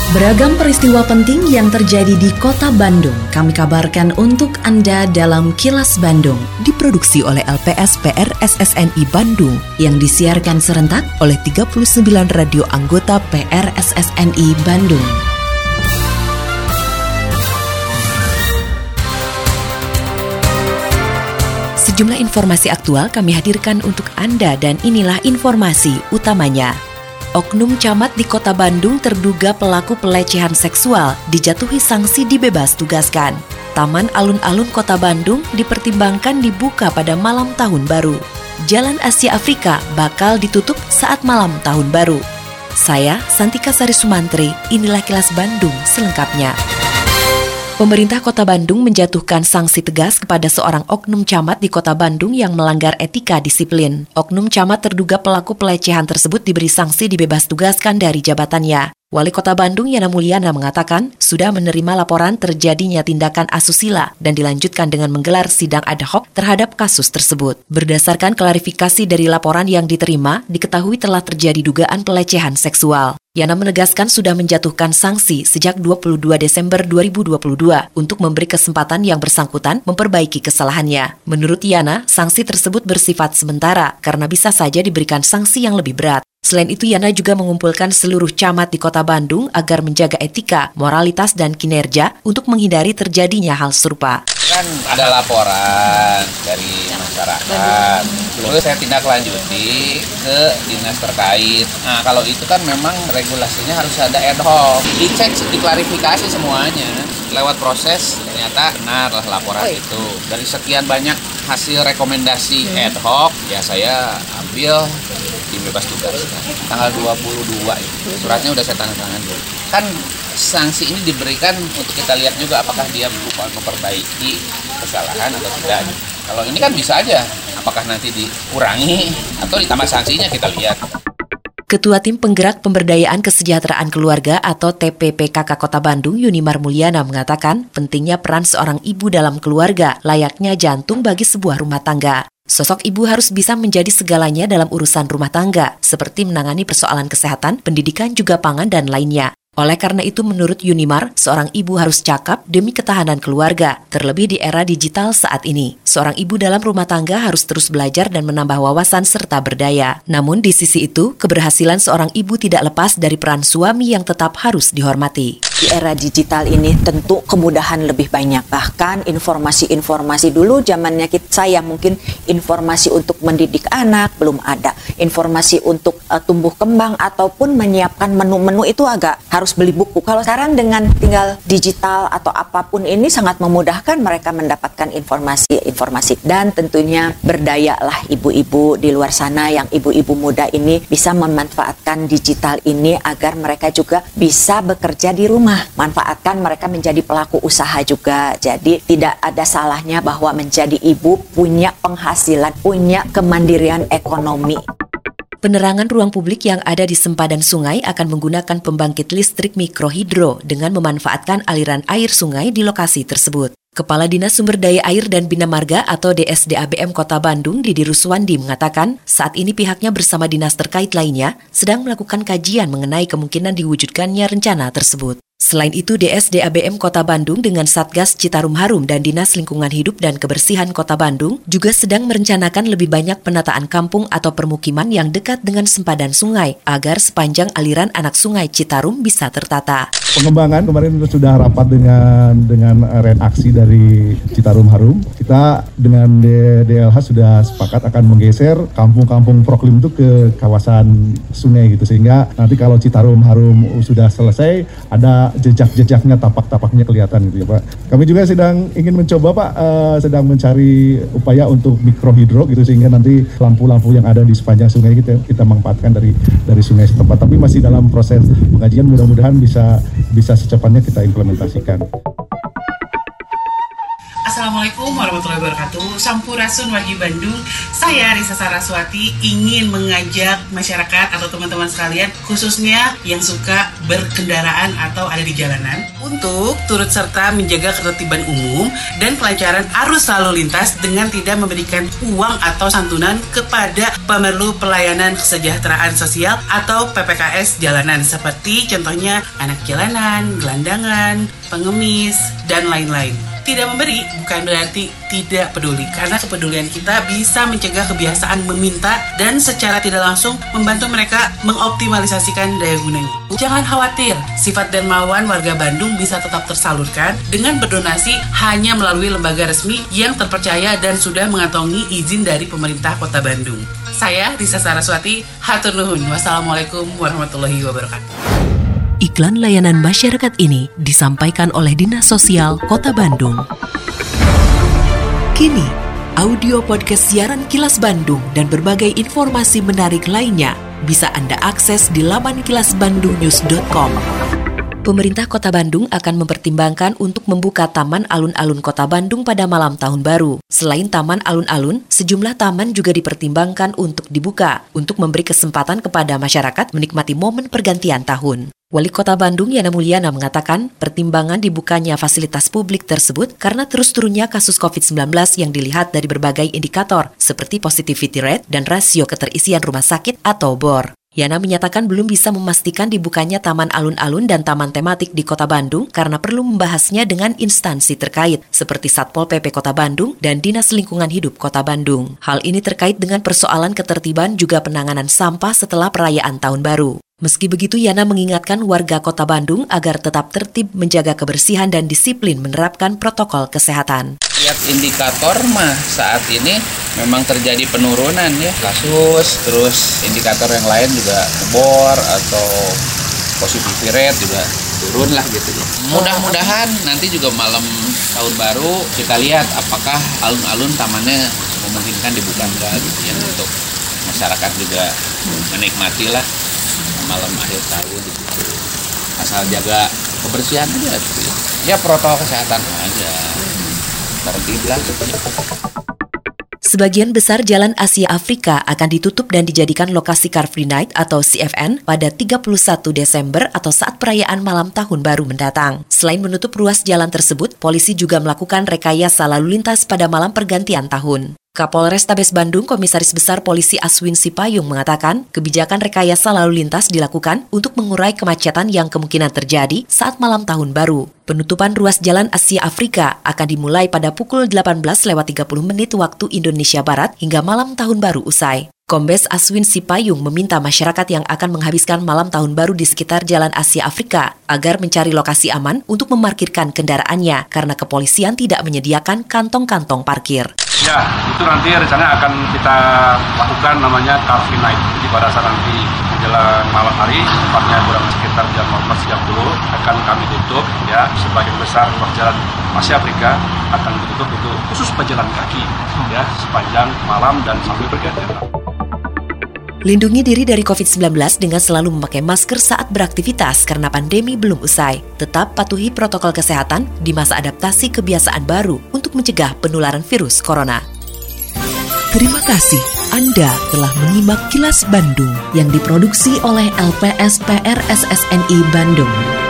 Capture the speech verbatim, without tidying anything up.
Beragam peristiwa penting yang terjadi di Kota Bandung kami kabarkan untuk Anda dalam Kilas Bandung. Diproduksi oleh L P S P R S S N I Bandung yang disiarkan serentak oleh tiga puluh sembilan radio anggota P R S S N I Bandung. Sejumlah informasi aktual kami hadirkan untuk Anda dan inilah informasi utamanya. Oknum camat di Kota Bandung terduga pelaku pelecehan seksual dijatuhi sanksi dibebas tugaskan. Taman Alun-Alun Kota Bandung dipertimbangkan dibuka pada malam tahun baru. Jalan Asia Afrika bakal ditutup saat malam tahun baru. Saya Santika Sari Sumantri, inilah Kilas Bandung selengkapnya. Pemerintah Kota Bandung menjatuhkan sanksi tegas kepada seorang oknum camat di Kota Bandung yang melanggar etika disiplin. Oknum camat terduga pelaku pelecehan tersebut diberi sanksi dibebas tugaskan dari jabatannya. Wali Kota Bandung Yana Mulyana mengatakan sudah menerima laporan terjadinya tindakan asusila dan dilanjutkan dengan menggelar sidang ad hoc terhadap kasus tersebut. Berdasarkan klarifikasi dari laporan yang diterima, diketahui telah terjadi dugaan pelecehan seksual. Yana menegaskan sudah menjatuhkan sanksi sejak dua puluh dua Desember dua ribu dua puluh dua untuk memberi kesempatan yang bersangkutan memperbaiki kesalahannya. Menurut Yana, sanksi tersebut bersifat sementara karena bisa saja diberikan sanksi yang lebih berat. Selain itu, Yana juga mengumpulkan seluruh camat di Kota Bandung agar menjaga etika, moralitas, dan kinerja untuk menghindari terjadinya hal serupa. Kan ada laporan dari masyarakat, lalu saya tindak lanjuti ke dinas terkait. Nah, kalau itu kan memang regulasinya harus ada ad hoc, dicek, diklarifikasi semuanya. Lewat proses ternyata benar lah laporan oh, iya. itu. Dari sekian banyak hasil rekomendasi hmm. ad hoc, ya saya ambil dibebas tugas tanggal dua puluh dua itu. Suratnya udah saya tanda tangan dulu. Kan sanksi ini diberikan untuk kita lihat juga apakah dia memperbaiki kesalahan atau tidak. Kalau ini kan bisa aja, apakah nanti dikurangi atau ditambah sanksinya, kita lihat. Ketua Tim Penggerak Pemberdayaan Kesejahteraan Keluarga atau T P P K K Kota Bandung Yunimar Mulyana mengatakan pentingnya peran seorang ibu dalam keluarga layaknya jantung bagi sebuah rumah tangga. Sosok ibu harus bisa menjadi segalanya dalam urusan rumah tangga, seperti menangani persoalan kesehatan, pendidikan, juga pangan, dan lainnya. Oleh karena itu, menurut Yunimar, seorang ibu harus cakap demi ketahanan keluarga, terlebih di era digital saat ini. Seorang ibu dalam rumah tangga harus terus belajar dan menambah wawasan serta berdaya. Namun di sisi itu, keberhasilan seorang ibu tidak lepas dari peran suami yang tetap harus dihormati. Di era digital ini tentu kemudahan lebih banyak. Bahkan informasi-informasi dulu zamannya kita, saya mungkin informasi untuk mendidik anak belum ada. Informasi untuk uh, tumbuh kembang ataupun menyiapkan menu-menu itu agak harus beli buku. Kalau sekarang dengan tinggal digital atau apapun ini sangat memudahkan mereka mendapatkan informasi-informasi. Dan tentunya berdayalah ibu-ibu di luar sana yang ibu-ibu muda ini bisa memanfaatkan digital ini agar mereka juga bisa bekerja di rumah. Manfaatkan mereka menjadi pelaku usaha juga. Jadi tidak ada salahnya bahwa menjadi ibu punya penghasilan, punya kemandirian ekonomi. Penerangan ruang publik yang ada di sempadan sungai akan menggunakan pembangkit listrik mikrohidro dengan memanfaatkan aliran air sungai di lokasi tersebut. Kepala Dinas Sumber Daya Air dan Bina Marga atau D S D A B M Kota Bandung, Didi Ruswandi mengatakan, saat ini pihaknya bersama dinas terkait lainnya sedang melakukan kajian mengenai kemungkinan diwujudkannya rencana tersebut. Selain itu, D S D A B M Kota Bandung dengan Satgas Citarum Harum dan Dinas Lingkungan Hidup dan Kebersihan Kota Bandung juga sedang merencanakan lebih banyak penataan kampung atau permukiman yang dekat dengan sempadan sungai agar sepanjang aliran anak sungai Citarum bisa tertata. Pengembangan kemarin sudah rapat dengan dengan reaksi dari Citarum Harum. Kita dengan D L H sudah sepakat akan menggeser kampung-kampung Proklim itu ke kawasan sungai gitu, sehingga nanti kalau Citarum Harum sudah selesai ada jejak-jejaknya, tapak-tapaknya kelihatan gitu ya Pak. Kami juga sedang ingin mencoba Pak, uh, sedang mencari upaya untuk mikrohidro gitu, sehingga nanti lampu-lampu yang ada di sepanjang sungai kita kita manfaatkan dari dari sungai setempat. Tapi masih dalam proses pengajian, mudah-mudahan bisa bisa secepatnya kita implementasikan. Assalamualaikum warahmatullahi wabarakatuh. Sampurasun Wahyu Bandung. Saya Risa Saraswati ingin mengajak masyarakat atau teman-teman sekalian, khususnya yang suka berkendaraan atau ada di jalanan, untuk turut serta menjaga ketertiban umum dan kelancaran arus lalu lintas dengan tidak memberikan uang atau santunan kepada pemerlu pelayanan kesejahteraan sosial atau P P K S jalanan, seperti contohnya anak jalanan, gelandangan, pengemis, dan lain-lain. Tidak memberi bukan berarti tidak peduli, karena kepedulian kita bisa mencegah kebiasaan meminta dan secara tidak langsung membantu mereka mengoptimalisasikan daya gunanya. Jangan khawatir, sifat dermawan warga Bandung bisa tetap tersalurkan dengan berdonasi hanya melalui lembaga resmi yang terpercaya dan sudah mengantongi izin dari pemerintah Kota Bandung. Saya Risa Saraswati, hatur nuhun. Wassalamualaikum warahmatullahi wabarakatuh. Iklan layanan masyarakat ini disampaikan oleh Dinas Sosial Kota Bandung. Kini, audio podcast siaran Kilas Bandung dan berbagai informasi menarik lainnya bisa Anda akses di laman kilas bandung news dot com. Pemerintah Kota Bandung akan mempertimbangkan untuk membuka Taman Alun-Alun Kota Bandung pada malam Tahun Baru. Selain Taman Alun-Alun, sejumlah taman juga dipertimbangkan untuk dibuka, untuk memberi kesempatan kepada masyarakat menikmati momen pergantian tahun. Wali Kota Bandung Yana Mulyana mengatakan pertimbangan dibukanya fasilitas publik tersebut karena terus turunnya kasus covid sembilan belas yang dilihat dari berbagai indikator seperti positivity rate dan rasio keterisian rumah sakit atau B O R. Yana menyatakan belum bisa memastikan dibukanya taman alun-alun dan taman tematik di Kota Bandung karena perlu membahasnya dengan instansi terkait seperti Satpol P P Kota Bandung dan Dinas Lingkungan Hidup Kota Bandung. Hal ini terkait dengan persoalan ketertiban juga penanganan sampah setelah perayaan Tahun Baru. Meski begitu, Yana mengingatkan warga Kota Bandung agar tetap tertib menjaga kebersihan dan disiplin menerapkan protokol kesehatan. Lihat indikator mah saat ini memang terjadi penurunan ya kasus, terus indikator yang lain juga B O R atau positivity rate juga turun lah gitu ya. Mudah-mudahan nanti juga malam Tahun Baru kita lihat apakah alun-alun tamannya memungkinkan dibuka enggak gitu ya, untuk masyarakat juga menikmati lah malam akhir tahun gitu. Asal jaga kebersihan aja gitu ya. Ya protokol kesehatan aja. Tertib lah gitu ya. Sebagian besar jalan Asia Afrika akan ditutup dan dijadikan lokasi Car Free Night atau C F N pada tiga puluh satu Desember atau saat perayaan malam Tahun Baru mendatang. Selain menutup ruas jalan tersebut, polisi juga melakukan rekayasa lalu lintas pada malam pergantian tahun. Kapolrestabes Bandung, Komisaris Besar Polisi Aswin Sipayung mengatakan kebijakan rekayasa lalu lintas dilakukan untuk mengurai kemacetan yang kemungkinan terjadi saat malam Tahun Baru. Penutupan ruas jalan Asia Afrika akan dimulai pada pukul delapan belas lewat tiga puluh menit waktu Indonesia Barat hingga malam Tahun Baru usai. Kombes Aswin Sipayung meminta masyarakat yang akan menghabiskan malam Tahun Baru di sekitar Jalan Asia Afrika agar mencari lokasi aman untuk memarkirkan kendaraannya karena kepolisian tidak menyediakan kantong-kantong parkir. Ya, itu nanti rencana akan kita lakukan namanya Car Free Night. Jadi pada saat nanti menjelang malam hari, tepatnya kurang sekitar jam empat belas tiga puluh akan kami tutup ya, sebagian besar ruas jalan Asia Afrika akan ditutup untuk khusus pejalan kaki ya sepanjang malam dan sampai pergantian tahun. Lindungi diri dari covid sembilan belas dengan selalu memakai masker saat beraktivitas karena pandemi belum usai. Tetap patuhi protokol kesehatan di masa adaptasi kebiasaan baru untuk mencegah penularan virus corona. Terima kasih Anda telah menyimak Kilas Bandung yang diproduksi oleh L P S P R S S N I Bandung.